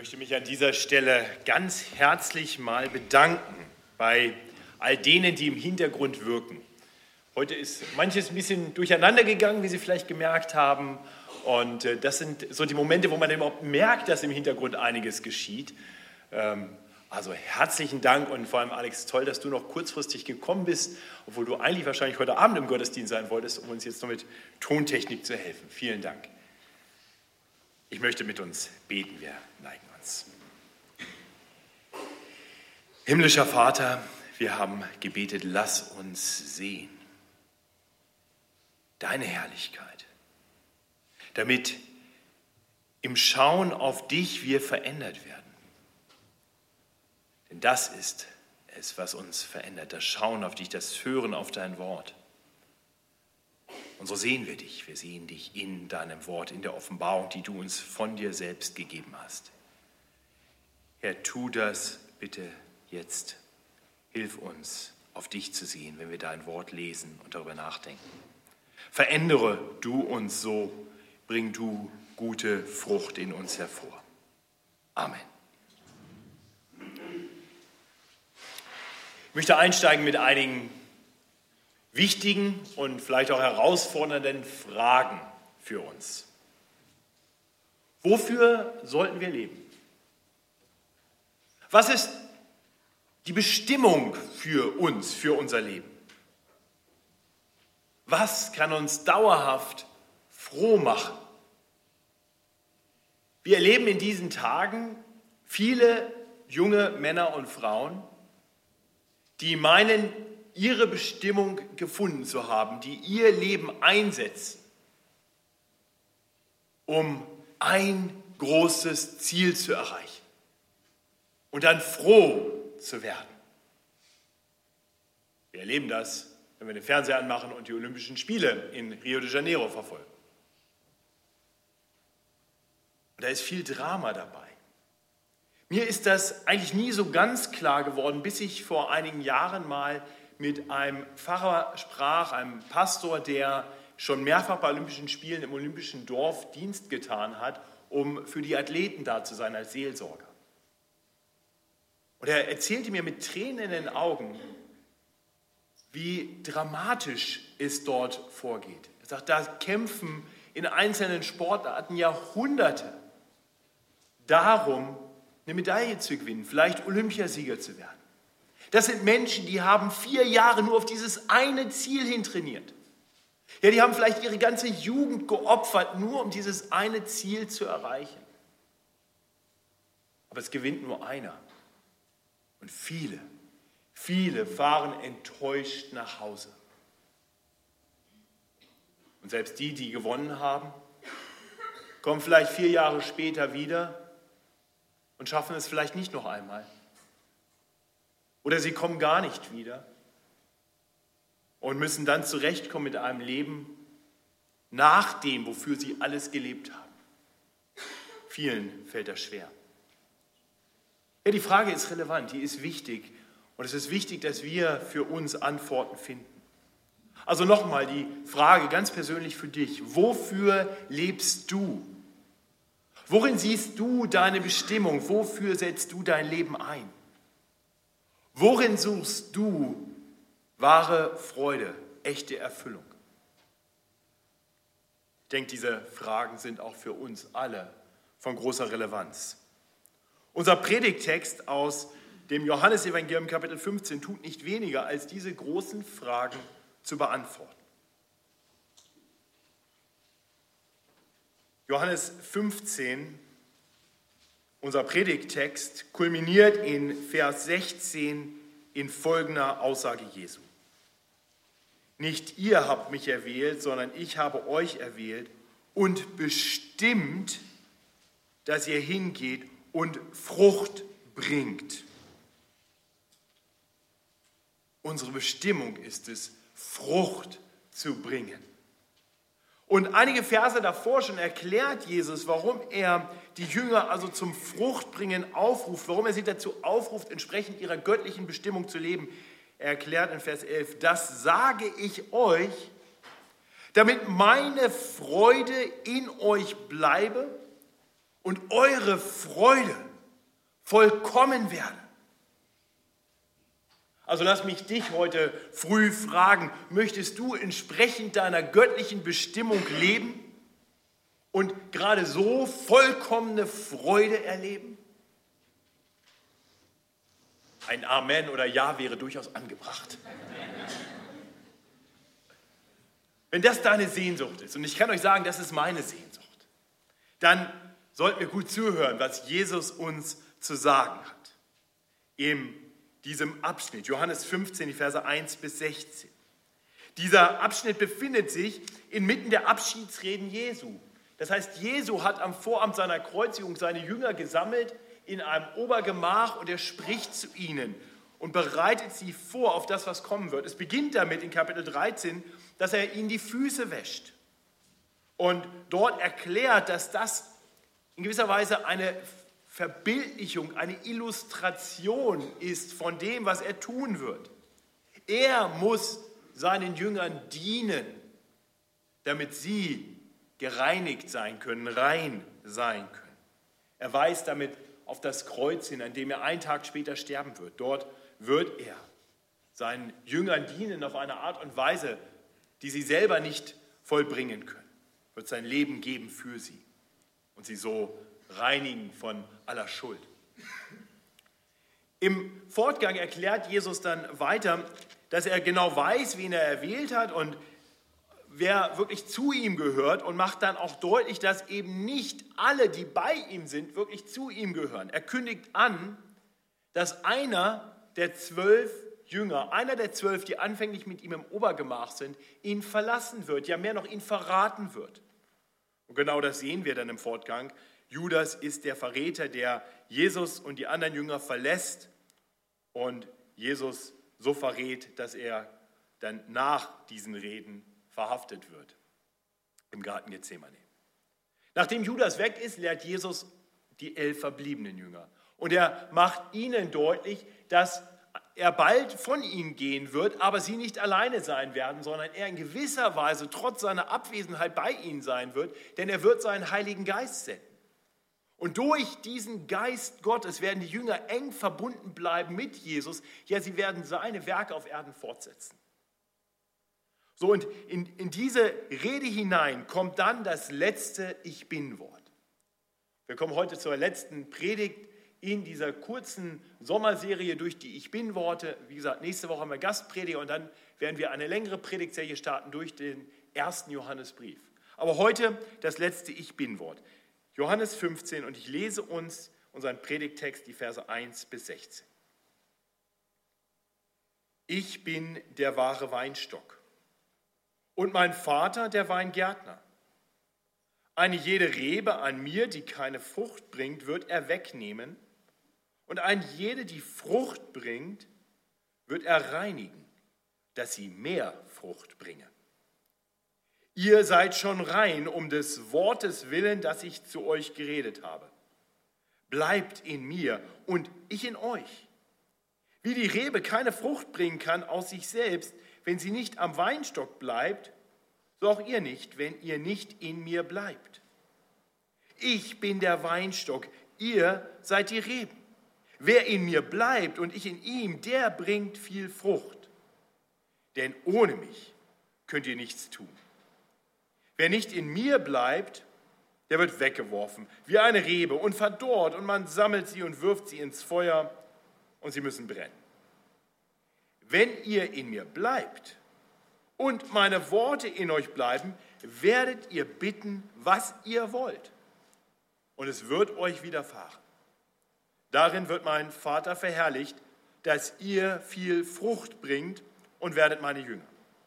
möchte mich an dieser Stelle ganz herzlich mal bedanken bei all denen, die im Hintergrund wirken. Heute ist manches ein bisschen durcheinander gegangen, wie Sie vielleicht gemerkt haben. Und das sind so die Momente, wo man überhaupt merkt, dass im Hintergrund einiges geschieht. Also herzlichen Dank und vor allem, Alex, toll, dass du noch kurzfristig gekommen bist, obwohl du eigentlich wahrscheinlich heute Abend im Gottesdienst sein wolltest, um uns jetzt noch mit Tontechnik zu helfen. Vielen Dank. Ich möchte mit uns beten, wir neigen uns. Himmlischer Vater, wir haben gebetet, lass uns sehen deine Herrlichkeit, damit im Schauen auf dich wir verändert werden. Denn das ist es, was uns verändert, das Schauen auf dich, das Hören auf dein Wort. Und so sehen wir sehen dich in deinem Wort, in der Offenbarung, die du uns von dir selbst gegeben hast. Herr, tu das bitte jetzt. Hilf uns, auf dich zu sehen, wenn wir dein Wort lesen und darüber nachdenken. Verändere du uns so, bring du gute Frucht in uns hervor. Amen. Ich möchte einsteigen mit einigen wichtigen und vielleicht auch herausfordernden Fragen für uns. Wofür sollten wir leben? Was ist die Bestimmung für uns, für unser Leben? Was kann uns dauerhaft froh machen? Wir erleben in diesen Tagen viele junge Männer und Frauen, die meinen, ihre Bestimmung gefunden zu haben, die ihr Leben einsetzen, um ein großes Ziel zu erreichen und dann froh zu werden. Wir erleben das, wenn wir den Fernseher anmachen und die Olympischen Spiele in Rio de Janeiro verfolgen. Und da ist viel Drama dabei. Mir ist das eigentlich nie so ganz klar geworden, bis ich vor einigen Jahren mal mit einem Pfarrer sprach, einem Pastor, der schon mehrfach bei Olympischen Spielen im Olympischen Dorf Dienst getan hat, um für die Athleten da zu sein als Seelsorger. Und er erzählte mir mit Tränen in den Augen, wie dramatisch es dort vorgeht. Er sagt, da kämpfen in einzelnen Sportarten Jahrhunderte darum, eine Medaille zu gewinnen, vielleicht Olympiasieger zu werden. Das sind Menschen, die haben 4 Jahre nur auf dieses eine Ziel hin trainiert. Ja, die haben vielleicht ihre ganze Jugend geopfert, nur um dieses eine Ziel zu erreichen. Aber es gewinnt nur einer. Und viele fahren enttäuscht nach Hause. Und selbst die, die gewonnen haben, kommen vielleicht 4 Jahre später wieder und schaffen es vielleicht nicht noch einmal. Oder sie kommen gar nicht wieder und müssen dann zurechtkommen mit einem Leben nach dem, wofür sie alles gelebt haben. Vielen fällt das schwer. Ja, die Frage ist relevant, die ist wichtig. Und es ist wichtig, dass wir für uns Antworten finden. Also nochmal die Frage ganz persönlich für dich. Wofür lebst du? Worin siehst du deine Bestimmung? Wofür setzt du dein Leben ein? Worin suchst du wahre Freude, echte Erfüllung? Ich denke, diese Fragen sind auch für uns alle von großer Relevanz. Unser Predigttext aus dem Johannesevangelium Kapitel 15 tut nicht weniger, als diese großen Fragen zu beantworten. Johannes 15, unser Predigttext, kulminiert in Vers 16 in folgender Aussage Jesu. Nicht ihr habt mich erwählt, sondern ich habe euch erwählt und bestimmt, dass ihr hingeht und Frucht bringt. Unsere Bestimmung ist es, Frucht zu bringen. Und einige Verse davor schon erklärt Jesus, warum er die Jünger also zum Fruchtbringen aufruft, warum er sie dazu aufruft, entsprechend ihrer göttlichen Bestimmung zu leben. Er erklärt in Vers 11, das sage ich euch, damit meine Freude in euch bleibe und eure Freude vollkommen werde. Also lass mich dich heute früh fragen, möchtest du entsprechend deiner göttlichen Bestimmung leben und gerade so vollkommene Freude erleben? Ein Amen oder Ja wäre durchaus angebracht. Wenn das deine Sehnsucht ist, und ich kann euch sagen, das ist meine Sehnsucht, dann sollten wir gut zuhören, was Jesus uns zu sagen hat. In diesem Abschnitt, Johannes 15, die Verse 1 bis 16. Dieser Abschnitt befindet sich inmitten der Abschiedsreden Jesu. Das heißt, Jesu hat am Vorabend seiner Kreuzigung seine Jünger gesammelt in einem Obergemach und er spricht zu ihnen und bereitet sie vor auf das, was kommen wird. Es beginnt damit in Kapitel 13, dass er ihnen die Füße wäscht und dort erklärt, dass das in gewisser Weise eine Verbildlichung, eine Illustration ist von dem, was er tun wird. Er muss seinen Jüngern dienen, damit sie gereinigt sein können, rein sein können. Er weist damit auf das Kreuz hin, an dem er einen Tag später sterben wird. Dort wird er seinen Jüngern dienen auf eine Art und Weise, die sie selber nicht vollbringen können. Wird sein Leben geben für sie und sie so reinigen von aller Schuld. Im Fortgang erklärt Jesus dann weiter, dass er genau weiß, wen er erwählt hat und wer wirklich zu ihm gehört und macht dann auch deutlich, dass eben nicht alle, die bei ihm sind, wirklich zu ihm gehören. Er kündigt an, dass einer der 12 Jünger, einer der 12, die anfänglich mit ihm im Obergemach sind, ihn verlassen wird, ja mehr noch ihn verraten wird. Und genau das sehen wir dann im Fortgang. Judas ist der Verräter, der Jesus und die anderen Jünger verlässt und Jesus so verrät, dass er dann nach diesen Reden verhaftet wird im Garten Gethsemane. Nachdem Judas weg ist, lehrt Jesus die 11 verbliebenen Jünger. Und er macht ihnen deutlich, dass er bald von ihnen gehen wird, aber sie nicht alleine sein werden, sondern er in gewisser Weise trotz seiner Abwesenheit bei ihnen sein wird, denn er wird seinen Heiligen Geist senden. Und durch diesen Geist Gottes werden die Jünger eng verbunden bleiben mit Jesus. Ja, sie werden seine Werke auf Erden fortsetzen. So, und in diese Rede hinein kommt dann das letzte Ich Bin-Wort. Wir kommen heute zur letzten Predigt in dieser kurzen Sommerserie durch die Ich Bin-Worte. Wie gesagt, nächste Woche haben wir Gastprediger und dann werden wir eine längere Predigtserie starten durch den 1. Johannesbrief. Aber heute das letzte Ich Bin-Wort. Johannes 15 und ich lese uns unseren Predigttext, die Verse 1 bis 16. Ich bin der wahre Weinstock und mein Vater der Weingärtner. Eine jede Rebe an mir, die keine Frucht bringt, wird er wegnehmen und eine jede, die Frucht bringt, wird er reinigen, dass sie mehr Frucht bringe. Ihr seid schon rein um des Wortes willen, das ich zu euch geredet habe. Bleibt in mir und ich in euch. Wie die Rebe keine Frucht bringen kann aus sich selbst, wenn sie nicht am Weinstock bleibt, so auch ihr nicht, wenn ihr nicht in mir bleibt. Ich bin der Weinstock, ihr seid die Reben. Wer in mir bleibt und ich in ihm, der bringt viel Frucht. Denn ohne mich könnt ihr nichts tun. Wer nicht in mir bleibt, der wird weggeworfen, wie eine Rebe und verdorrt und man sammelt sie und wirft sie ins Feuer und sie müssen brennen. Wenn ihr in mir bleibt und meine Worte in euch bleiben, werdet ihr bitten, was ihr wollt. Und es wird euch widerfahren. Darin wird mein Vater verherrlicht, dass ihr viel Frucht bringt und werdet meine Jünger.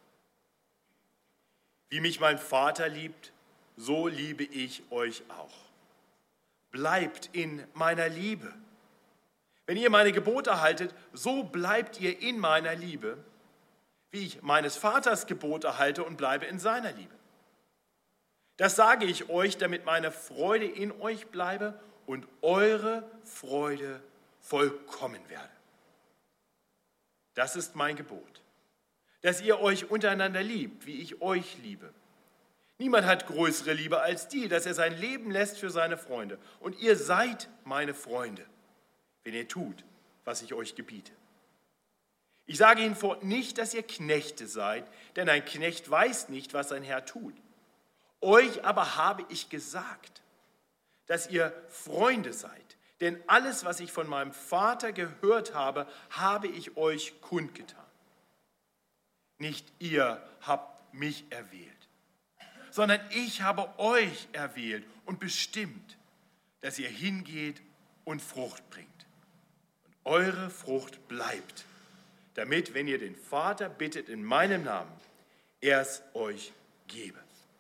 Wie mich mein Vater liebt, so liebe ich euch auch. Bleibt in meiner Liebe. Wenn ihr meine Gebote haltet, so bleibt ihr in meiner Liebe, wie ich meines Vaters Gebote halte und bleibe in seiner Liebe. Das sage ich euch, damit meine Freude in euch bleibe und eure Freude vollkommen werde. Das ist mein Gebot, dass ihr euch untereinander liebt, wie ich euch liebe. Niemand hat größere Liebe als die, dass er sein Leben lässt für seine Freunde. Und ihr seid meine Freunde, wenn ihr tut, was ich euch gebiete. Ich sage hinfort nicht, dass ihr Knechte seid, denn ein Knecht weiß nicht, was sein Herr tut. Euch aber habe ich gesagt, dass ihr Freunde seid, denn alles, was ich von meinem Vater gehört habe, habe ich euch kundgetan. Nicht ihr habt mich erwählt, sondern ich habe euch erwählt und bestimmt, dass ihr hingeht und Frucht bringt. Und eure Frucht bleibt, damit, wenn ihr den Vater bittet in meinem Namen, er es euch gebe.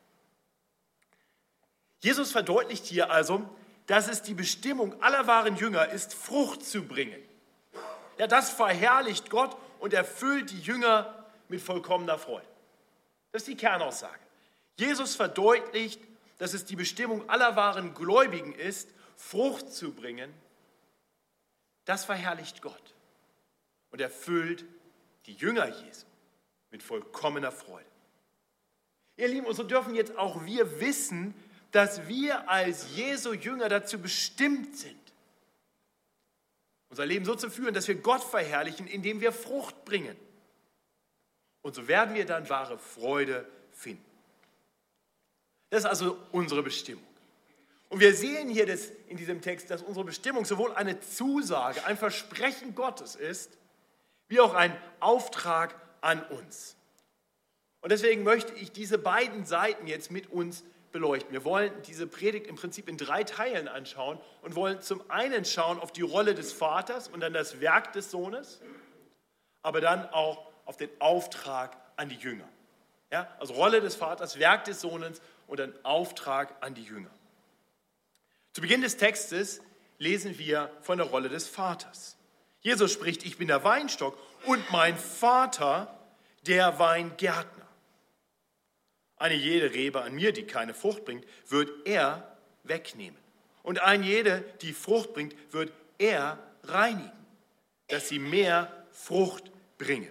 Jesus verdeutlicht hier also, dass es die Bestimmung aller wahren Jünger ist, Frucht zu bringen. Ja, das verherrlicht Gott und erfüllt die Jünger mit vollkommener Freude. Das ist die Kernaussage. Jesus verdeutlicht, dass es die Bestimmung aller wahren Gläubigen ist, Frucht zu bringen. Das verherrlicht Gott und erfüllt die Jünger Jesu mit vollkommener Freude. Ihr Lieben, und so dürfen jetzt auch wir wissen, dass wir als Jesu Jünger dazu bestimmt sind, unser Leben so zu führen, dass wir Gott verherrlichen, indem wir Frucht bringen. Und so werden wir dann wahre Freude finden. Das ist also unsere Bestimmung. Und wir sehen hier in diesem Text, dass unsere Bestimmung sowohl eine Zusage, ein Versprechen Gottes ist, wie auch ein Auftrag an uns. Und deswegen möchte ich diese beiden Seiten jetzt mit uns beleuchten. Wir wollen diese Predigt im Prinzip in 3 Teilen anschauen und wollen zum einen schauen auf die Rolle des Vaters und dann das Werk des Sohnes, aber dann auch auf den Auftrag an die Jünger. Ja, also Rolle des Vaters, Werk des Sohnes und ein Auftrag an die Jünger. Zu Beginn des Textes lesen wir von der Rolle des Vaters. Jesus spricht, ich bin der Weinstock und mein Vater der Weingärtner. Eine jede Rebe an mir, die keine Frucht bringt, wird er wegnehmen. Und eine jede, die Frucht bringt, wird er reinigen, dass sie mehr Frucht bringe.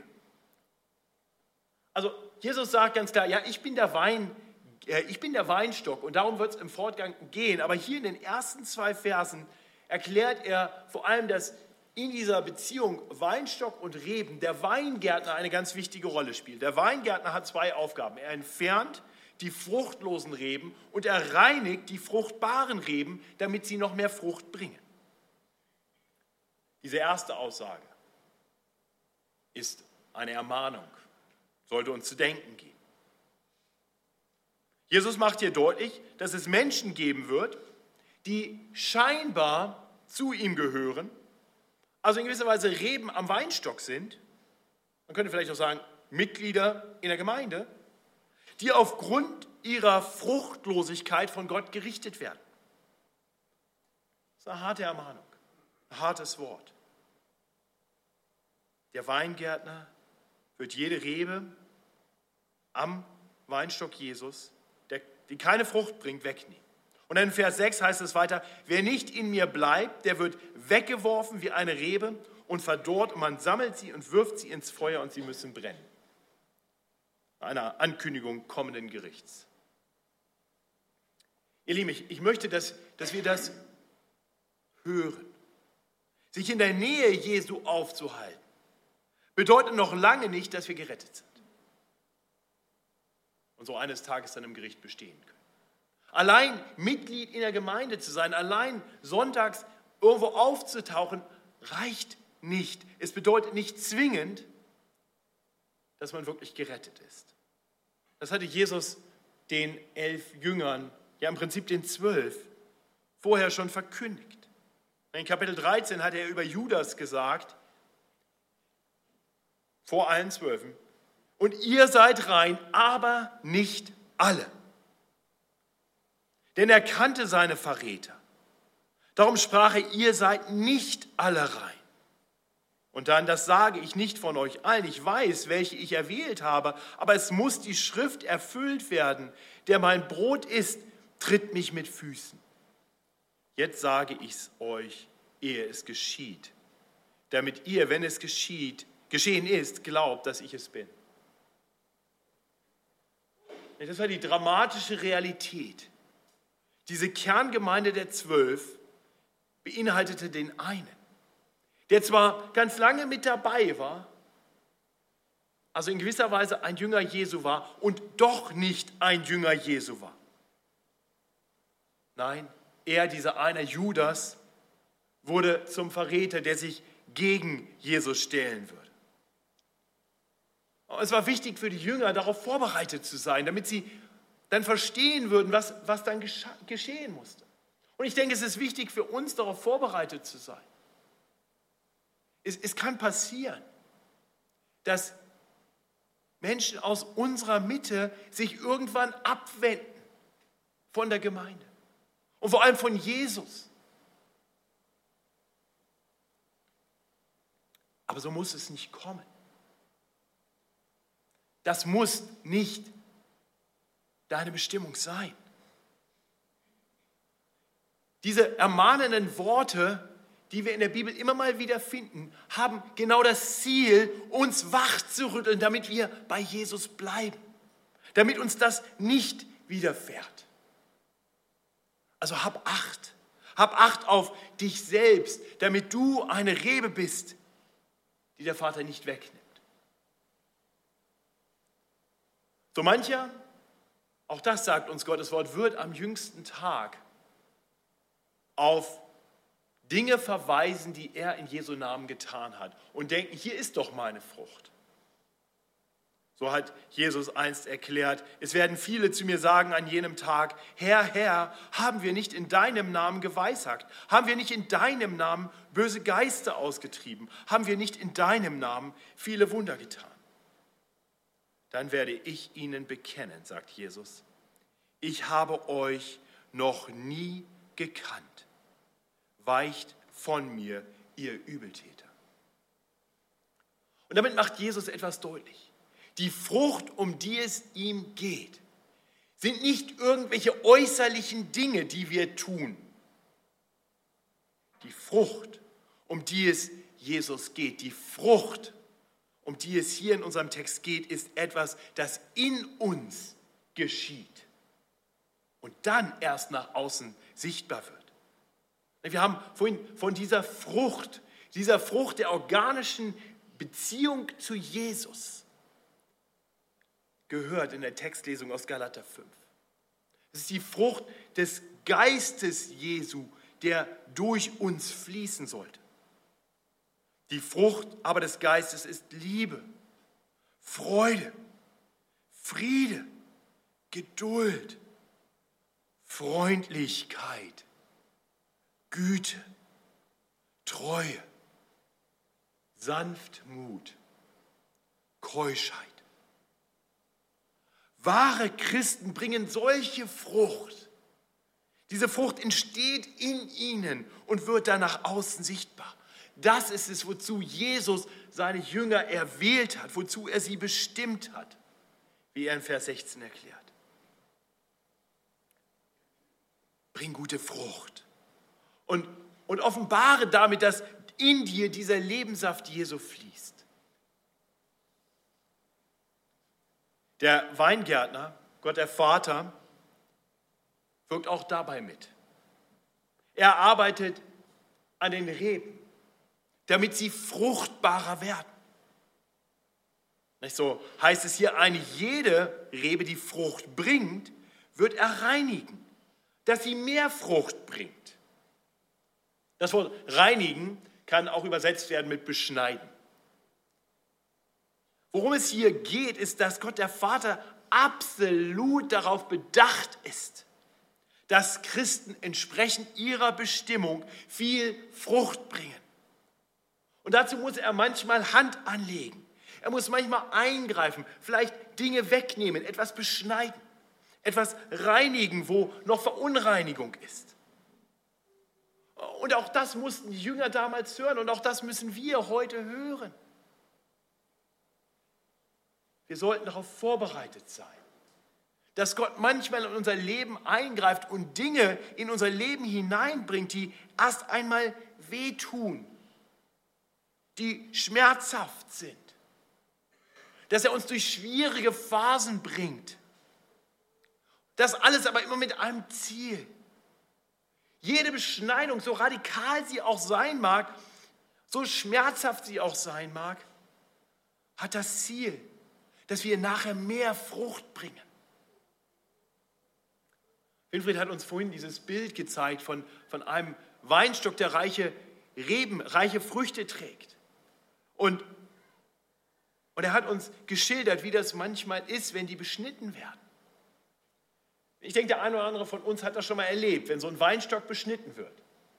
Also Jesus sagt ganz klar, ja, ich bin der Weinstock und darum wird es im Fortgang gehen. Aber hier in den ersten 2 Versen erklärt er vor allem, dass in dieser Beziehung Weinstock und Reben der Weingärtner eine ganz wichtige Rolle spielt. Der Weingärtner hat 2 Aufgaben. Er entfernt die fruchtlosen Reben und er reinigt die fruchtbaren Reben, damit sie noch mehr Frucht bringen. Diese erste Aussage ist eine Ermahnung, sollte uns zu denken geben. Jesus macht hier deutlich, dass es Menschen geben wird, die scheinbar zu ihm gehören, also in gewisser Weise Reben am Weinstock sind, man könnte vielleicht auch sagen, Mitglieder in der Gemeinde, die aufgrund ihrer Fruchtlosigkeit von Gott gerichtet werden. Das ist eine harte Ermahnung, ein hartes Wort. Der Weingärtner wird jede Rebe am Weinstock Jesus, die keine Frucht bringt, wegnehmen. Und dann in Vers 6 heißt es weiter, wer nicht in mir bleibt, der wird weggeworfen wie eine Rebe und verdorrt und man sammelt sie und wirft sie ins Feuer und sie müssen brennen. Eine Ankündigung kommenden Gerichts. Ihr Lieben, ich möchte, dass wir das hören. Sich in der Nähe Jesu aufzuhalten, bedeutet noch lange nicht, dass wir gerettet sind. Und so eines Tages dann im Gericht bestehen können. Allein Mitglied in der Gemeinde zu sein, allein sonntags irgendwo aufzutauchen, reicht nicht. Es bedeutet nicht zwingend, dass man wirklich gerettet ist. Das hatte Jesus den 11 Jüngern, ja im Prinzip den 12, vorher schon verkündigt. In Kapitel 13 hat er über Judas gesagt, vor allen 12, und ihr seid rein, aber nicht alle. Denn er kannte seine Verräter. Darum sprach er, ihr seid nicht alle rein. Und dann, das sage ich nicht von euch allen, ich weiß, welche ich erwählt habe, aber es muss die Schrift erfüllt werden, der mein Brot isst, tritt mich mit Füßen. Jetzt sage ich es euch, ehe es geschieht, damit ihr, wenn es geschehen ist, glaubt, dass ich es bin. Das war die dramatische Realität. Diese Kerngemeinde der 12 beinhaltete den einen, der zwar ganz lange mit dabei war, also in gewisser Weise ein Jünger Jesu war und doch nicht ein Jünger Jesu war. Nein, er, dieser eine Judas, wurde zum Verräter, der sich gegen Jesus stellen würde. Es war wichtig für die Jünger, darauf vorbereitet zu sein, damit sie dann verstehen würden, was dann geschehen musste. Und ich denke, es ist wichtig für uns, darauf vorbereitet zu sein. Es kann passieren, dass Menschen aus unserer Mitte sich irgendwann abwenden von der Gemeinde und vor allem von Jesus. Aber so muss es nicht kommen. Das muss nicht deine Bestimmung sein. Diese ermahnenden Worte, die wir in der Bibel immer mal wieder finden, haben genau das Ziel, uns wach zu rütteln, damit wir bei Jesus bleiben, damit uns das nicht widerfährt. Also hab Acht auf dich selbst, damit du eine Rebe bist, die der Vater nicht wegnimmt. So mancher, auch das sagt uns Gottes Wort, wird am jüngsten Tag auf Dinge verweisen, die er in Jesu Namen getan hat und denken, hier ist doch meine Frucht. So hat Jesus einst erklärt, es werden viele zu mir sagen an jenem Tag, Herr, Herr, haben wir nicht in deinem Namen geweissagt? Haben wir nicht in deinem Namen böse Geister ausgetrieben? Haben wir nicht in deinem Namen viele Wunder getan? Dann werde ich ihnen bekennen, sagt Jesus, ich habe euch noch nie gekannt. Weicht von mir, ihr Übeltäter. Und damit macht Jesus etwas deutlich. Die Frucht, um die es ihm geht, sind nicht irgendwelche äußerlichen Dinge, die wir tun. Die Frucht, um die es Jesus geht, die Frucht, um die es hier in unserem Text geht, ist etwas, das in uns geschieht und dann erst nach außen sichtbar wird. Wir haben vorhin von dieser Frucht der organischen Beziehung zu Jesus gehört in der Textlesung aus Galater 5. Es ist die Frucht des Geistes Jesu, der durch uns fließen sollte. Die Frucht aber des Geistes ist Liebe, Freude, Friede, Geduld, Freundlichkeit, Güte, Treue, Sanftmut, Keuschheit. Wahre Christen bringen solche Frucht. Diese Frucht entsteht in ihnen und wird dann nach außen sichtbar. Das ist es, wozu Jesus seine Jünger erwählt hat, wozu er sie bestimmt hat, wie er in Vers 16 erklärt. Bring gute Frucht und offenbare damit, dass in dir dieser Lebenssaft Jesu fließt. Der Weingärtner, Gott der Vater, wirkt auch dabei mit. Er arbeitet an den Reben, damit sie fruchtbarer werden. Nicht so heißt es hier, eine jede Rebe, die Frucht bringt, wird er reinigen, dass sie mehr Frucht bringt. Das Wort reinigen kann auch übersetzt werden mit beschneiden. Worum es hier geht, ist, dass Gott der Vater absolut darauf bedacht ist, dass Christen entsprechend ihrer Bestimmung viel Frucht bringen. Und dazu muss er manchmal Hand anlegen. Er muss manchmal eingreifen, vielleicht Dinge wegnehmen, etwas beschneiden, etwas reinigen, wo noch Verunreinigung ist. Und auch das mussten die Jünger damals hören und auch das müssen wir heute hören. Wir sollten darauf vorbereitet sein, dass Gott manchmal in unser Leben eingreift und Dinge in unser Leben hineinbringt, die erst einmal wehtun, die schmerzhaft sind. Dass er uns durch schwierige Phasen bringt. Das alles aber immer mit einem Ziel. Jede Beschneidung, so radikal sie auch sein mag, so schmerzhaft sie auch sein mag, hat das Ziel, dass wir nachher mehr Frucht bringen. Winfried hat uns vorhin dieses Bild gezeigt von einem Weinstock, der reiche Reben, reiche Früchte trägt. Und er hat uns geschildert, wie das manchmal ist, wenn die beschnitten werden. Ich denke, der eine oder andere von uns hat das schon mal erlebt, wenn so ein Weinstock beschnitten wird.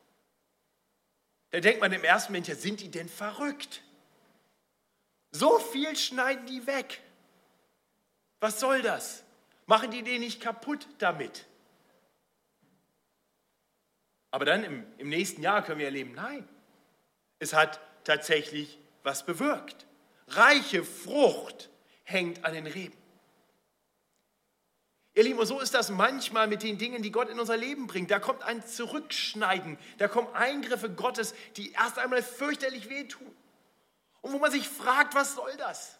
Da denkt man im ersten Moment, ja, sind die denn verrückt? So viel schneiden die weg. Was soll das? Machen die den nicht kaputt damit? Aber dann im nächsten Jahr können wir erleben, nein, es hat tatsächlich was bewirkt. Reiche Frucht hängt an den Reben. Ihr Lieben, und so ist das manchmal mit den Dingen, die Gott in unser Leben bringt. Da kommt ein Zurückschneiden, da kommen Eingriffe Gottes, die erst einmal fürchterlich wehtun. Und wo man sich fragt, was soll das?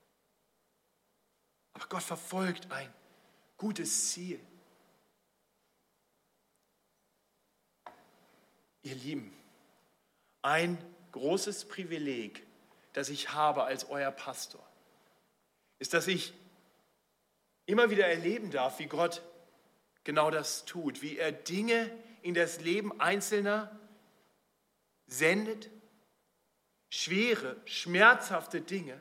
Aber Gott verfolgt ein gutes Ziel. Ihr Lieben, ein großes Privileg, das ich habe als euer Pastor, ist, dass ich immer wieder erleben darf, wie Gott genau das tut, wie er Dinge in das Leben Einzelner sendet, schwere, schmerzhafte Dinge,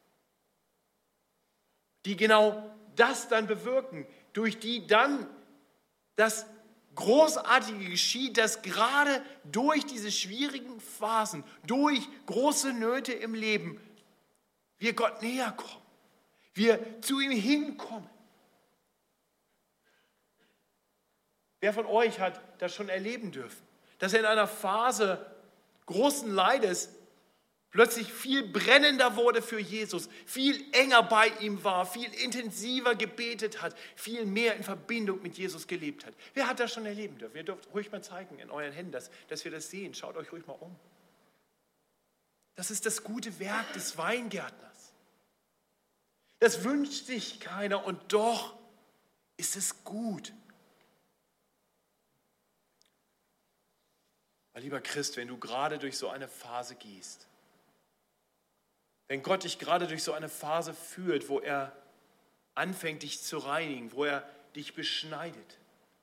die genau das dann bewirken, durch die dann das Großartige geschieht, dass gerade durch diese schwierigen Phasen, durch große Nöte im Leben, wir Gott näher kommen, wir zu ihm hinkommen. Wer von euch hat das schon erleben dürfen, dass er in einer Phase großen Leides plötzlich viel brennender wurde für Jesus, viel enger bei ihm war, viel intensiver gebetet hat, viel mehr in Verbindung mit Jesus gelebt hat? Wer hat das schon erleben dürfen? Ihr dürft ruhig mal zeigen in euren Händen, dass wir das sehen. Schaut euch ruhig mal um. Das ist das gute Werk des Weingärtners. Das wünscht sich keiner und doch ist es gut. Mein lieber Christ, wenn du gerade durch so eine Phase gehst, wenn Gott dich gerade durch so eine Phase führt, wo er anfängt, dich zu reinigen, wo er dich beschneidet,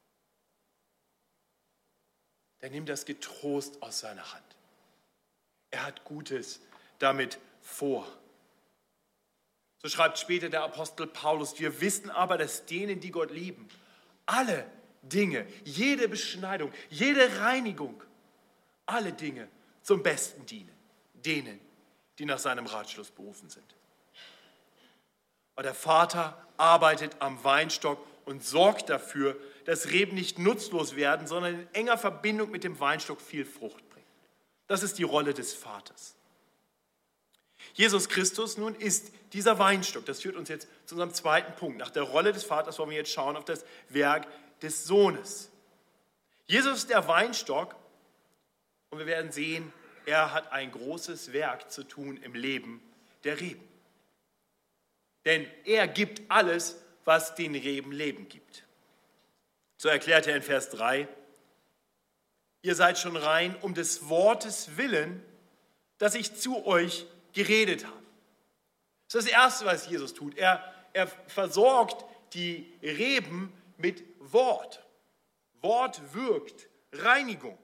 dann nimm das getrost aus seiner Hand. Er hat Gutes damit vor. So schreibt später der Apostel Paulus: Wir wissen aber, dass denen, die Gott lieben, alle Dinge, jede Beschneidung, jede Reinigung, alle Dinge zum Besten dienen. Denen, die nach seinem Ratschluss berufen sind. Und der Vater arbeitet am Weinstock und sorgt dafür, dass Reben nicht nutzlos werden, sondern in enger Verbindung mit dem Weinstock viel Frucht bringen. Das ist die Rolle des Vaters. Jesus Christus nun ist dieser Weinstock. Das führt uns jetzt zu unserem zweiten Punkt. Nach der Rolle des Vaters wollen wir jetzt schauen auf das Werk des Sohnes. Jesus ist der Weinstock und wir werden sehen, er hat ein großes Werk zu tun im Leben der Reben. Denn er gibt alles, was den Reben Leben gibt. So erklärt er in Vers 3, ihr seid schon rein um des Wortes willen, das ich zu euch geredet habe. Das ist das Erste, was Jesus tut. Er versorgt die Reben mit Wort. Wort wirkt Reinigung.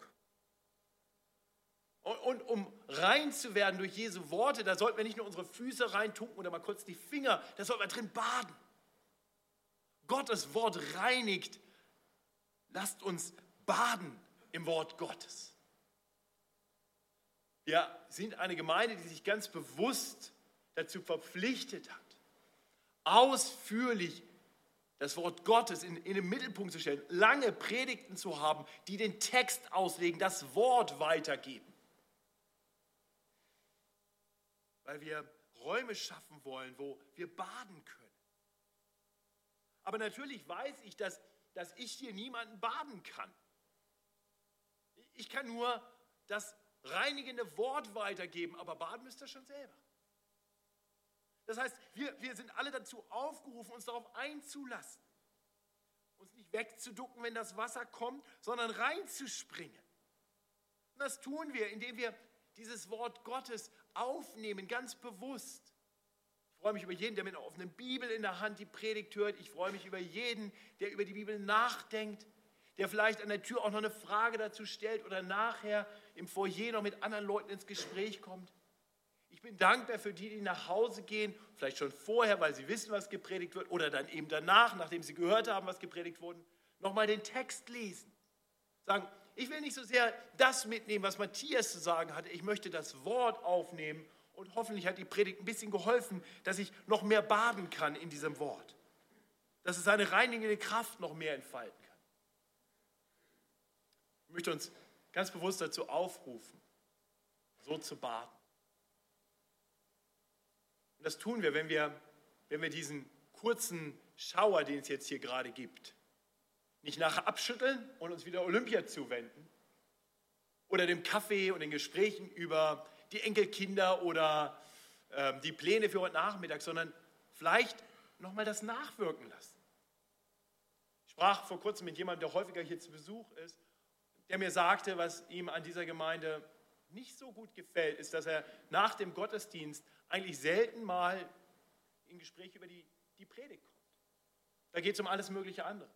Und um rein zu werden durch Jesu Worte, da sollten wir nicht nur unsere Füße reintunken oder mal kurz die Finger, da sollten wir drin baden. Gottes Wort reinigt. Lasst uns baden im Wort Gottes. Wir sind eine Gemeinde, die sich ganz bewusst dazu verpflichtet hat, ausführlich das Wort Gottes in den Mittelpunkt zu stellen, lange Predigten zu haben, die den Text auslegen, das Wort weitergeben. Weil wir Räume schaffen wollen, wo wir baden können. Aber natürlich weiß ich, dass ich hier niemanden baden kann. Ich kann nur das reinigende Wort weitergeben, aber baden müsst ihr schon selber. Das heißt, wir sind alle dazu aufgerufen, uns darauf einzulassen. Uns nicht wegzuducken, wenn das Wasser kommt, sondern reinzuspringen. Und das tun wir, indem wir dieses Wort Gottes aufnehmen, ganz bewusst. Ich freue mich über jeden, der mit einer offenen Bibel in der Hand die Predigt hört. Ich freue mich über jeden, der über die Bibel nachdenkt, der vielleicht an der Tür auch noch eine Frage dazu stellt oder nachher im Foyer noch mit anderen Leuten ins Gespräch kommt. Ich bin dankbar für die, die nach Hause gehen, vielleicht schon vorher, weil sie wissen, was gepredigt wird, oder dann eben danach, nachdem sie gehört haben, was gepredigt wurde, nochmal den Text lesen. Sagen, ich will nicht so sehr das mitnehmen, was Matthias zu sagen hatte. Ich möchte das Wort aufnehmen und hoffentlich hat die Predigt ein bisschen geholfen, dass ich noch mehr baden kann in diesem Wort. Dass es seine reinigende Kraft noch mehr entfalten kann. Ich möchte uns ganz bewusst dazu aufrufen, so zu baden. Und das tun wir, wenn wir diesen kurzen Schauer, den es jetzt hier gerade gibt, nicht nachher abschütteln und uns wieder Olympia zuwenden oder dem Kaffee und den Gesprächen über die Enkelkinder oder die Pläne für heute Nachmittag, sondern vielleicht nochmal das nachwirken lassen. Ich sprach vor kurzem mit jemandem, der häufiger hier zu Besuch ist, der mir sagte, was ihm an dieser Gemeinde nicht so gut gefällt, ist, dass er nach dem Gottesdienst eigentlich selten mal in Gespräche über die Predigt kommt. Da geht es um alles mögliche andere.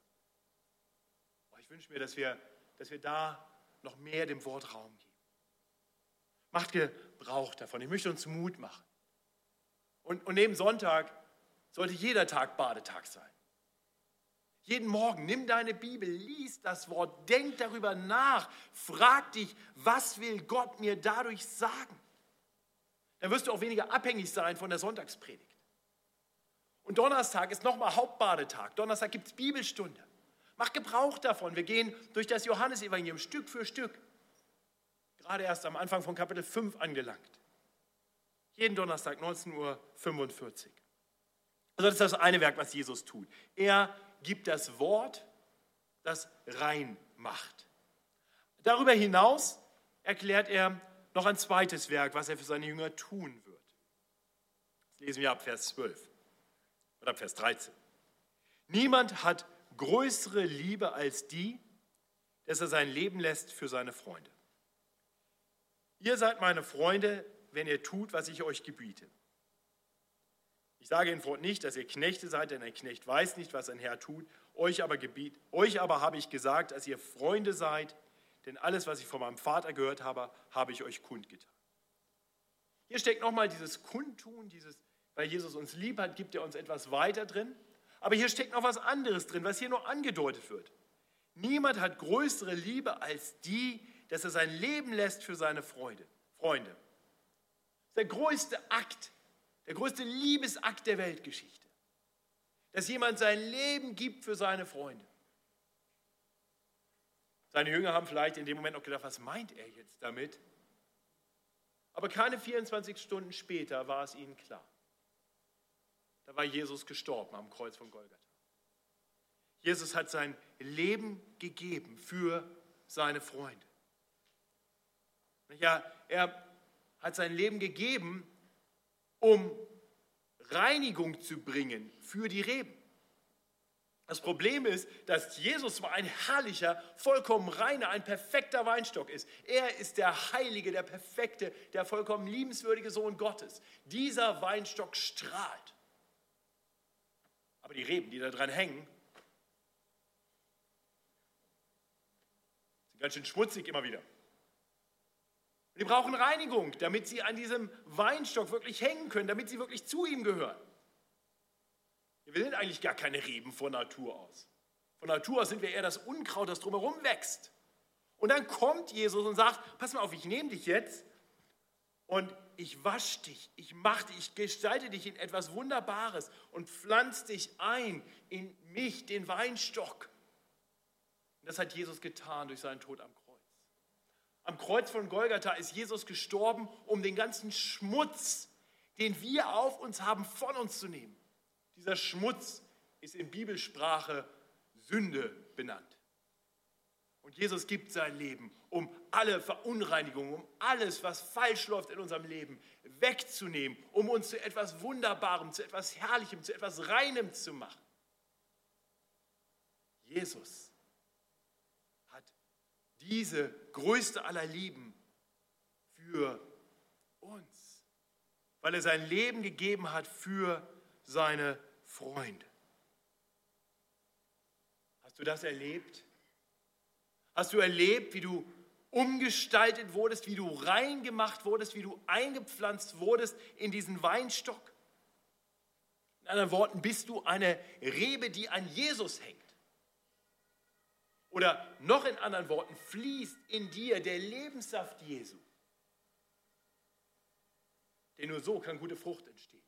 Ich wünsche mir, dass wir da noch mehr dem Wort Raum geben. Macht Gebrauch davon. Ich möchte uns Mut machen. Und neben Sonntag sollte jeder Tag Badetag sein. Jeden Morgen nimm deine Bibel, lies das Wort, denk darüber nach, frag dich, was will Gott mir dadurch sagen? Dann wirst du auch weniger abhängig sein von der Sonntagspredigt. Und Donnerstag ist nochmal Hauptbadetag. Donnerstag gibt es Bibelstunde. Mach Gebrauch davon. Wir gehen durch das Johannesevangelium Stück für Stück. Gerade erst am Anfang von Kapitel 5 angelangt. Jeden Donnerstag 19:45 Uhr. Also das ist das eine Werk, was Jesus tut. Er gibt das Wort, das rein macht. Darüber hinaus erklärt er noch ein zweites Werk, was er für seine Jünger tun wird. Das lesen wir ab Vers 12 oder ab Vers 13. Niemand hat größere Liebe als die, dass er sein Leben lässt für seine Freunde. Ihr seid meine Freunde, wenn ihr tut, was ich euch gebiete. Ich sage Ihnen fort nicht, dass ihr Knechte seid, denn ein Knecht weiß nicht, was sein Herr tut. Euch aber habe ich gesagt, dass ihr Freunde seid, denn alles, was ich von meinem Vater gehört habe, habe ich euch kundgetan. Hier steckt nochmal dieses Kundtun, weil Jesus uns lieb hat, gibt er uns etwas weiter drin. Aber hier steckt noch was anderes drin, was hier nur angedeutet wird. Niemand hat größere Liebe als die, dass er sein Leben lässt für seine Freunde. Das ist der größte Akt, der größte Liebesakt der Weltgeschichte. Dass jemand sein Leben gibt für seine Freunde. Seine Jünger haben vielleicht in dem Moment noch gedacht, was meint er jetzt damit? Aber keine 24 Stunden später war es ihnen klar. Da war Jesus gestorben am Kreuz von Golgatha. Jesus hat sein Leben gegeben für seine Freunde. Ja, er hat sein Leben gegeben, um Reinigung zu bringen für die Reben. Das Problem ist, dass Jesus zwar ein herrlicher, vollkommen reiner, ein perfekter Weinstock ist. Er ist der Heilige, der Perfekte, der vollkommen liebenswürdige Sohn Gottes. Dieser Weinstock strahlt. Aber die Reben, die da dran hängen, sind ganz schön schmutzig immer wieder. Die brauchen Reinigung, damit sie an diesem Weinstock wirklich hängen können, damit sie wirklich zu ihm gehören. Wir sind eigentlich gar keine Reben von Natur aus. Von Natur aus sind wir eher das Unkraut, das drumherum wächst. Und dann kommt Jesus und sagt, pass mal auf, ich nehme dich jetzt und ich wasche dich, ich gestalte dich in etwas Wunderbares und pflanze dich ein in mich, den Weinstock. Und das hat Jesus getan durch seinen Tod am Kreuz. Am Kreuz von Golgatha ist Jesus gestorben, um den ganzen Schmutz, den wir auf uns haben, von uns zu nehmen. Dieser Schmutz ist in Bibelsprache Sünde benannt. Und Jesus gibt sein Leben, um alle Verunreinigungen, um alles, was falsch läuft in unserem Leben, wegzunehmen, um uns zu etwas Wunderbarem, zu etwas Herrlichem, zu etwas Reinem zu machen. Jesus hat diese größte aller Lieben für uns, weil er sein Leben gegeben hat für seine Freunde. Hast du das erlebt? Hast du erlebt, wie du umgestaltet wurdest, wie du reingemacht wurdest, wie du eingepflanzt wurdest in diesen Weinstock? In anderen Worten, bist du eine Rebe, die an Jesus hängt? Oder noch in anderen Worten, fließt in dir der Lebenssaft Jesu? Denn nur so kann gute Frucht entstehen.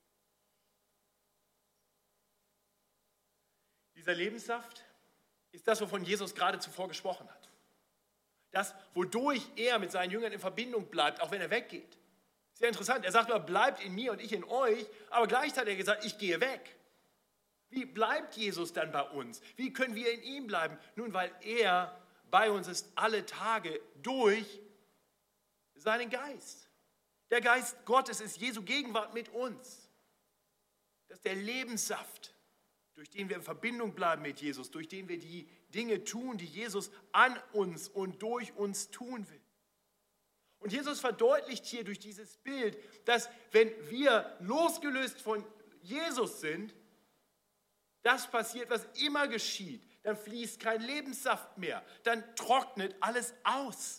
Dieser Lebenssaft ist das, wovon Jesus gerade zuvor gesprochen hat. Das, wodurch er mit seinen Jüngern in Verbindung bleibt, auch wenn er weggeht. Sehr interessant. Er sagt immer, bleibt in mir und ich in euch, aber gleichzeitig hat er gesagt, ich gehe weg. Wie bleibt Jesus dann bei uns? Wie können wir in ihm bleiben? Nun, weil er bei uns ist alle Tage durch seinen Geist. Der Geist Gottes ist Jesu Gegenwart mit uns. Das ist der Lebenssaft, durch den wir in Verbindung bleiben mit Jesus, durch den wir die Dinge tun, die Jesus an uns und durch uns tun will. Und Jesus verdeutlicht hier durch dieses Bild, dass wenn wir losgelöst von Jesus sind, das passiert, was immer geschieht. Dann fließt kein Lebenssaft mehr, dann trocknet alles aus.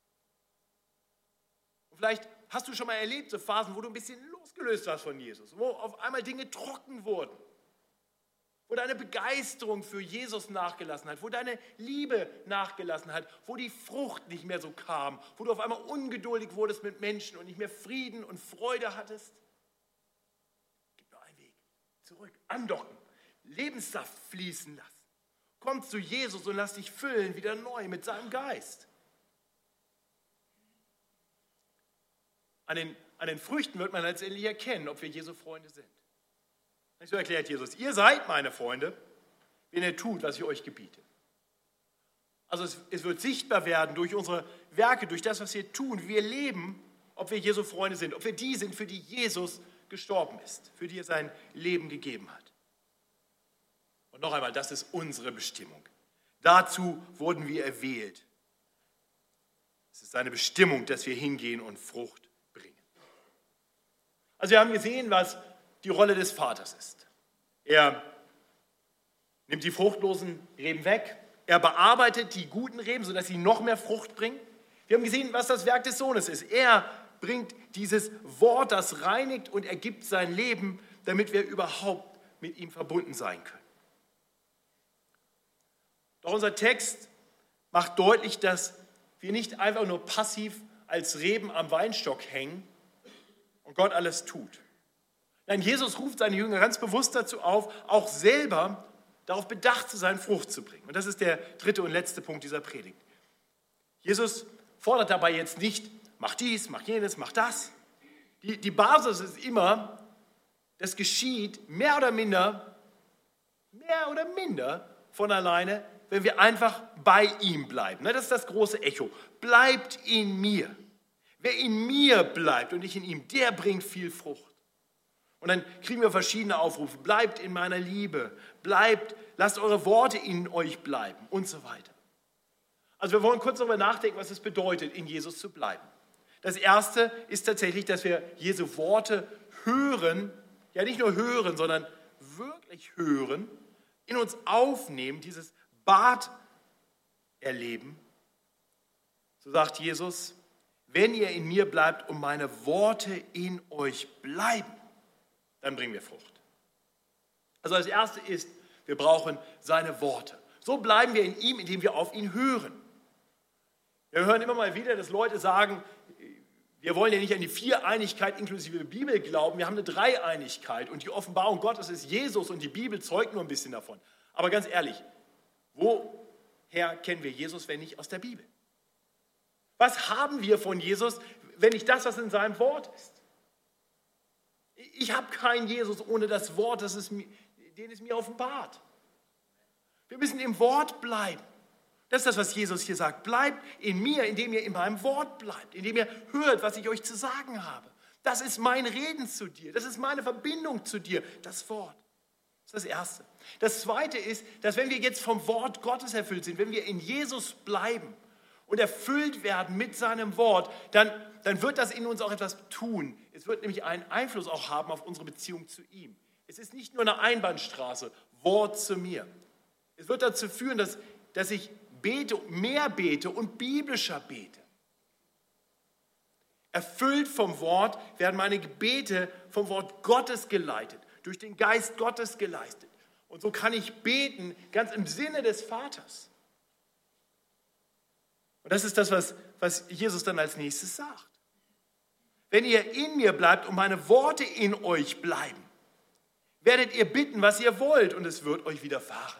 Und vielleicht hast du schon mal erlebt, so Phasen, wo du ein bisschen losgelöst warst von Jesus, wo auf einmal Dinge trocken wurden, wo deine Begeisterung für Jesus nachgelassen hat, wo deine Liebe nachgelassen hat, wo die Frucht nicht mehr so kam, wo du auf einmal ungeduldig wurdest mit Menschen und nicht mehr Frieden und Freude hattest. Es gibt nur einen Weg, zurück, andocken, Lebenssaft fließen lassen. Komm zu Jesus und lass dich füllen wieder neu mit seinem Geist. An den Früchten wird man letztendlich erkennen, ob wir Jesu Freunde sind. So erklärt Jesus, ihr seid meine Freunde, wenn ihr tut, was ich euch gebiete. Also es wird sichtbar werden durch unsere Werke, durch das, was wir tun, wie wir leben, ob wir Jesu Freunde sind, ob wir die sind, für die Jesus gestorben ist, für die er sein Leben gegeben hat. Und noch einmal, das ist unsere Bestimmung. Dazu wurden wir erwählt. Es ist seine Bestimmung, dass wir hingehen und Frucht bringen. Also wir haben gesehen, was die Rolle des Vaters ist. Er nimmt die fruchtlosen Reben weg. Er bearbeitet die guten Reben, sodass sie noch mehr Frucht bringen. Wir haben gesehen, was das Werk des Sohnes ist. Er bringt dieses Wort, das reinigt und ergibt sein Leben, damit wir überhaupt mit ihm verbunden sein können. Doch unser Text macht deutlich, dass wir nicht einfach nur passiv als Reben am Weinstock hängen und Gott alles tut. Nein, Jesus ruft seine Jünger ganz bewusst dazu auf, auch selber darauf bedacht zu sein, Frucht zu bringen. Und das ist der dritte und letzte Punkt dieser Predigt. Jesus fordert dabei jetzt nicht, mach dies, mach jenes, mach das. Die Basis ist immer, das geschieht mehr oder minder von alleine, wenn wir einfach bei ihm bleiben. Das ist das große Echo. Bleibt in mir. Wer in mir bleibt und ich in ihm, der bringt viel Frucht. Und dann kriegen wir verschiedene Aufrufe. Bleibt in meiner Liebe. Bleibt, lasst eure Worte in euch bleiben und so weiter. Also wir wollen kurz darüber nachdenken, was es bedeutet, in Jesus zu bleiben. Das Erste ist tatsächlich, dass wir Jesu Worte hören, ja nicht nur hören, sondern wirklich hören, in uns aufnehmen, dieses Bad erleben. So sagt Jesus, wenn ihr in mir bleibt und meine Worte in euch bleiben, dann bringen wir Frucht. Also das Erste ist, wir brauchen seine Worte. So bleiben wir in ihm, indem wir auf ihn hören. Wir hören immer mal wieder, dass Leute sagen, wir wollen ja nicht an die Viereinigkeit inklusive Bibel glauben, wir haben eine Dreieinigkeit und die Offenbarung Gottes ist Jesus und die Bibel zeugt nur ein bisschen davon. Aber ganz ehrlich, woher kennen wir Jesus, wenn nicht aus der Bibel? Was haben wir von Jesus, wenn nicht das, was in seinem Wort ist? Ich habe keinen Jesus ohne das Wort, den es mir offenbart. Wir müssen im Wort bleiben. Das ist das, was Jesus hier sagt. Bleibt in mir, indem ihr in meinem Wort bleibt, indem ihr hört, was ich euch zu sagen habe. Das ist mein Reden zu dir, das ist meine Verbindung zu dir, das Wort. Das ist das Erste. Das Zweite ist, dass wenn wir jetzt vom Wort Gottes erfüllt sind, wenn wir in Jesus bleiben und erfüllt werden mit seinem Wort, dann wird das in uns auch etwas tun. Es wird nämlich einen Einfluss auch haben auf unsere Beziehung zu ihm. Es ist nicht nur eine Einbahnstraße, Wort zu mir. Es wird dazu führen, dass ich bete, mehr bete und biblischer bete. Erfüllt vom Wort werden meine Gebete vom Wort Gottes geleitet, durch den Geist Gottes geleistet. Und so kann ich beten, ganz im Sinne des Vaters. Und das ist das, was Jesus dann als nächstes sagt. Wenn ihr in mir bleibt und meine Worte in euch bleiben, werdet ihr bitten, was ihr wollt, und es wird euch widerfahren.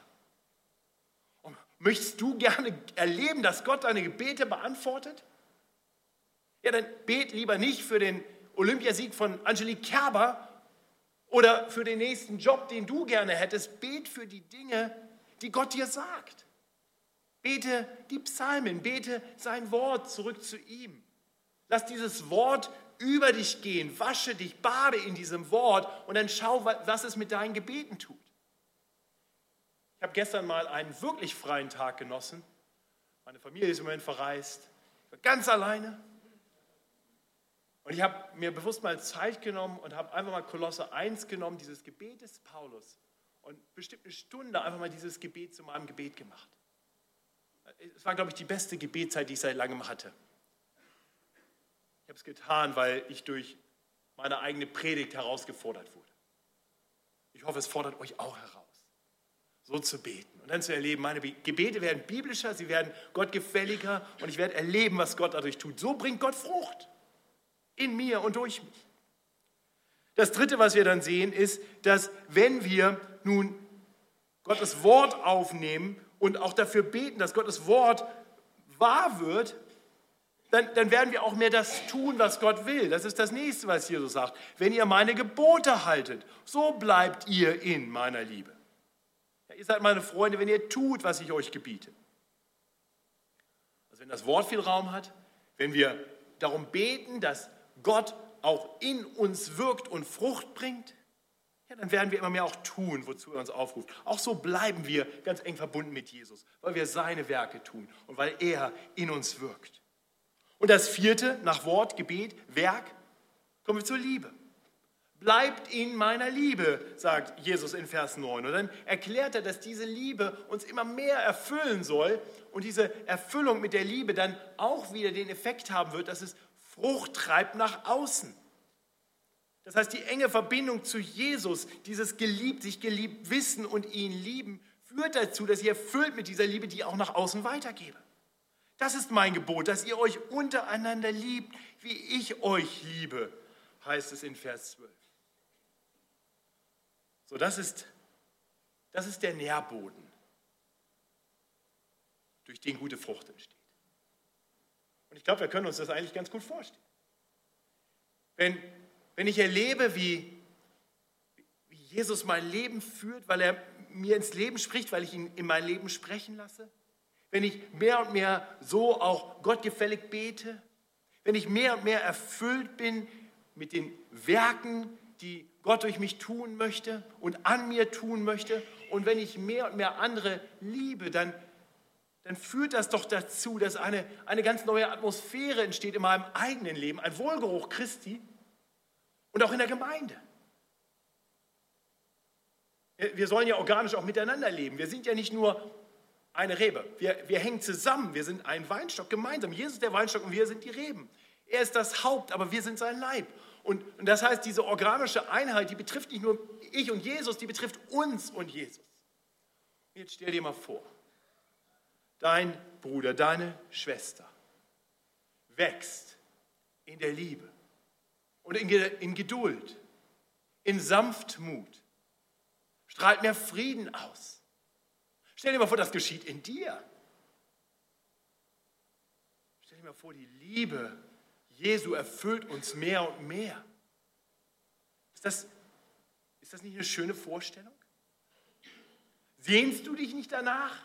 Und möchtest du gerne erleben, dass Gott deine Gebete beantwortet? Ja, dann bet lieber nicht für den Olympiasieg von Angelique Kerber oder für den nächsten Job, den du gerne hättest. Bet für die Dinge, die Gott dir sagt. Bete die Psalmen, bete sein Wort zurück zu ihm. Lass dieses Wort über dich gehen, wasche dich, bade in diesem Wort und dann schau, was es mit deinen Gebeten tut. Ich habe gestern mal einen wirklich freien Tag genossen. Meine Familie ist im Moment verreist. Ich war ganz alleine. Und ich habe mir bewusst mal Zeit genommen und habe einfach mal Kolosse 1 genommen, dieses Gebet des Paulus. Und bestimmt eine Stunde einfach mal dieses Gebet zu meinem Gebet gemacht. Es war, glaube ich, die beste Gebetszeit, die ich seit langem hatte. Ich habe es getan, weil ich durch meine eigene Predigt herausgefordert wurde. Ich hoffe, es fordert euch auch heraus, so zu beten und dann zu erleben, meine Gebete werden biblischer, sie werden Gott gefälliger und ich werde erleben, was Gott dadurch tut. So bringt Gott Frucht. In mir und durch mich. Das Dritte, was wir dann sehen, ist, dass wenn wir nun Gottes Wort aufnehmen und auch dafür beten, dass Gottes Wort wahr wird, dann werden wir auch mehr das tun, was Gott will. Das ist das Nächste, was Jesus sagt. Wenn ihr meine Gebote haltet, so bleibt ihr in meiner Liebe. Ja, ihr seid meine Freunde, wenn ihr tut, was ich euch gebiete. Also wenn das Wort viel Raum hat, wenn wir darum beten, dass Gott auch in uns wirkt und Frucht bringt, ja, dann werden wir immer mehr auch tun, wozu er uns aufruft. Auch so bleiben wir ganz eng verbunden mit Jesus, weil wir seine Werke tun und weil er in uns wirkt. Und das Vierte, nach Wort, Gebet, Werk, kommen wir zur Liebe. Bleibt in meiner Liebe, sagt Jesus in Vers 9. Und dann erklärt er, dass diese Liebe uns immer mehr erfüllen soll und diese Erfüllung mit der Liebe dann auch wieder den Effekt haben wird, dass es Frucht treibt nach außen. Das heißt, die enge Verbindung zu Jesus, dieses sich geliebt wissen und ihn lieben, führt dazu, dass ich erfüllt mit dieser Liebe, die auch nach außen weitergebe. Das ist mein Gebot, dass ihr euch untereinander liebt, wie ich euch liebe, heißt es in Vers 12. So, das ist der Nährboden, durch den gute Frucht entsteht. Und ich glaube, wir können uns das eigentlich ganz gut vorstellen. Wenn ich erlebe, wie Jesus mein Leben führt, weil er mir ins Leben spricht, weil ich ihn in mein Leben sprechen lasse, wenn ich mehr und mehr so auch gottgefällig bete, wenn ich mehr und mehr erfüllt bin mit den Werken, die Gott durch mich tun möchte und an mir tun möchte, und wenn ich mehr und mehr andere liebe, dann führt das doch dazu, dass eine ganz neue Atmosphäre entsteht in meinem eigenen Leben, ein Wohlgeruch Christi und auch in der Gemeinde. Wir sollen ja organisch auch miteinander leben. Wir sind ja nicht nur eine Rebe. Wir hängen zusammen. Wir sind ein Weinstock gemeinsam. Jesus ist der Weinstock und wir sind die Reben. Er ist das Haupt, aber wir sind sein Leib. Und das heißt, diese organische Einheit, die betrifft nicht nur ich und Jesus, die betrifft uns und Jesus. Jetzt stell dir mal vor, dein Bruder, deine Schwester wächst in der Liebe und in Geduld, in Sanftmut, strahlt mehr Frieden aus. Stell dir mal vor, das geschieht in dir. Stell dir mal vor, die Liebe Jesu erfüllt uns mehr und mehr. Ist das nicht eine schöne Vorstellung? Sehnst du dich nicht danach?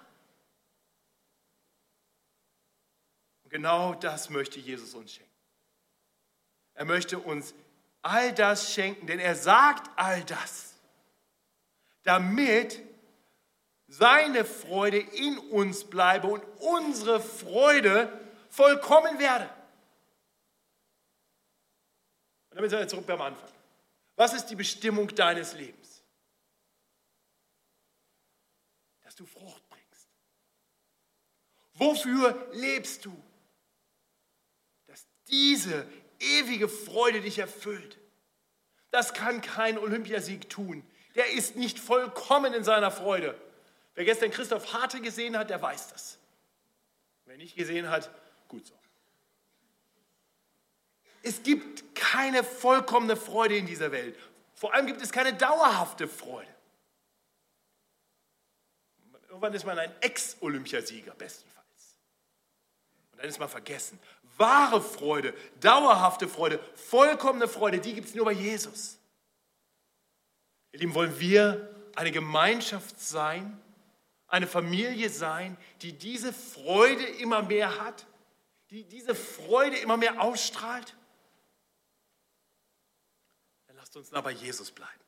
Und genau das möchte Jesus uns schenken. Er möchte uns all das schenken, denn er sagt all das, damit seine Freude in uns bleibe und unsere Freude vollkommen werde. Und damit sind wir zurück beim Anfang. Was ist die Bestimmung deines Lebens? Dass du Frucht bringst. Wofür lebst du? Dass diese ewige Freude dich erfüllt. Das kann kein Olympiasieg tun. Der ist nicht vollkommen in seiner Freude. Wer gestern Christoph Harte gesehen hat, der weiß das. Wer nicht gesehen hat, gut so. Es gibt keine vollkommene Freude in dieser Welt. Vor allem gibt es keine dauerhafte Freude. Irgendwann ist man ein Ex-Olympiasieger, bestenfalls. Und dann ist man vergessen. Wahre Freude, dauerhafte Freude, vollkommene Freude, die gibt es nur bei Jesus. Ihr Lieben, wollen wir eine Gemeinschaft sein, eine Familie sein, die diese Freude immer mehr hat, die diese Freude immer mehr ausstrahlt? Dann lasst uns nah bei Jesus bleiben.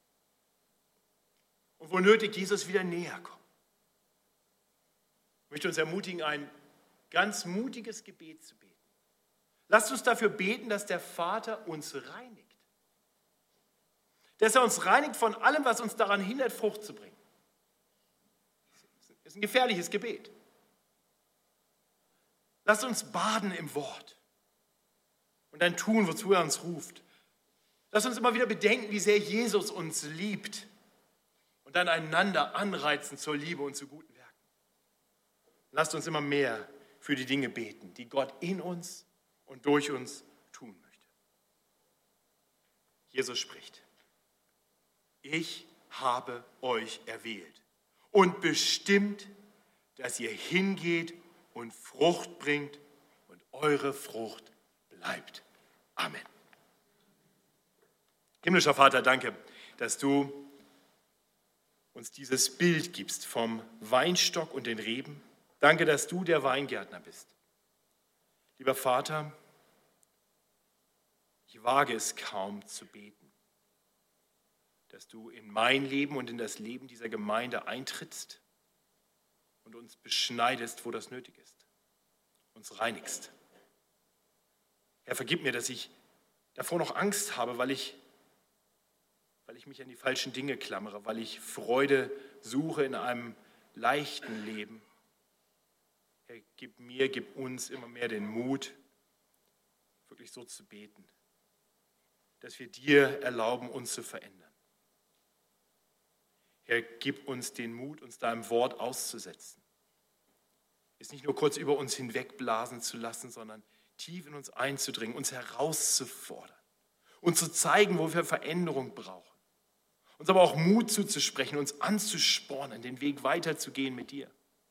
Und wo nötig, Jesus wieder näher kommen. Ich möchte uns ermutigen, ein ganz mutiges Gebet zu beten. Lasst uns dafür beten, dass der Vater uns reinigt. Dass er uns reinigt von allem, was uns daran hindert, Frucht zu bringen. Das ist ein gefährliches Gebet. Lasst uns baden im Wort und dann tun, wozu er uns ruft. Lasst uns immer wieder bedenken, wie sehr Jesus uns liebt und dann einander anreizen zur Liebe und zu guten Werken. Lasst uns immer mehr für die Dinge beten, die Gott in uns und durch uns tun möchte. Jesus spricht: Ich habe euch erwählt und bestimmt, dass ihr hingeht und Frucht bringt und eure Frucht bleibt. Amen. Himmlischer Vater, danke, dass du uns dieses Bild gibst vom Weinstock und den Reben. Danke, dass du der Weingärtner bist. Lieber Vater, ich wage es kaum zu beten, dass du in mein Leben und in das Leben dieser Gemeinde eintrittst und uns beschneidest, wo das nötig ist, uns reinigst. Herr, vergib mir, dass ich davor noch Angst habe, weil ich mich an die falschen Dinge klammere, weil ich Freude suche in einem leichten Leben. Herr, gib uns immer mehr den Mut, wirklich so zu beten, dass wir dir erlauben, uns zu verändern. Herr, gib uns den Mut, uns deinem Wort auszusetzen. Es nicht nur kurz über uns hinwegblasen zu lassen, sondern tief in uns einzudringen, uns herauszufordern, uns zu zeigen, wo wir Veränderung brauchen. Uns aber auch Mut zuzusprechen, uns anzuspornen, den Weg weiterzugehen mit dir.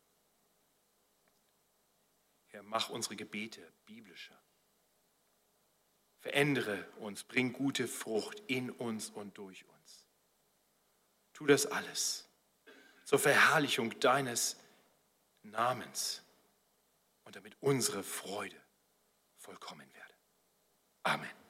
Herr, mach unsere Gebete biblischer. Verändere uns, bring gute Frucht in uns und durch uns. Tu das alles zur Verherrlichung deines Namens und damit unsere Freude vollkommen werde. Amen.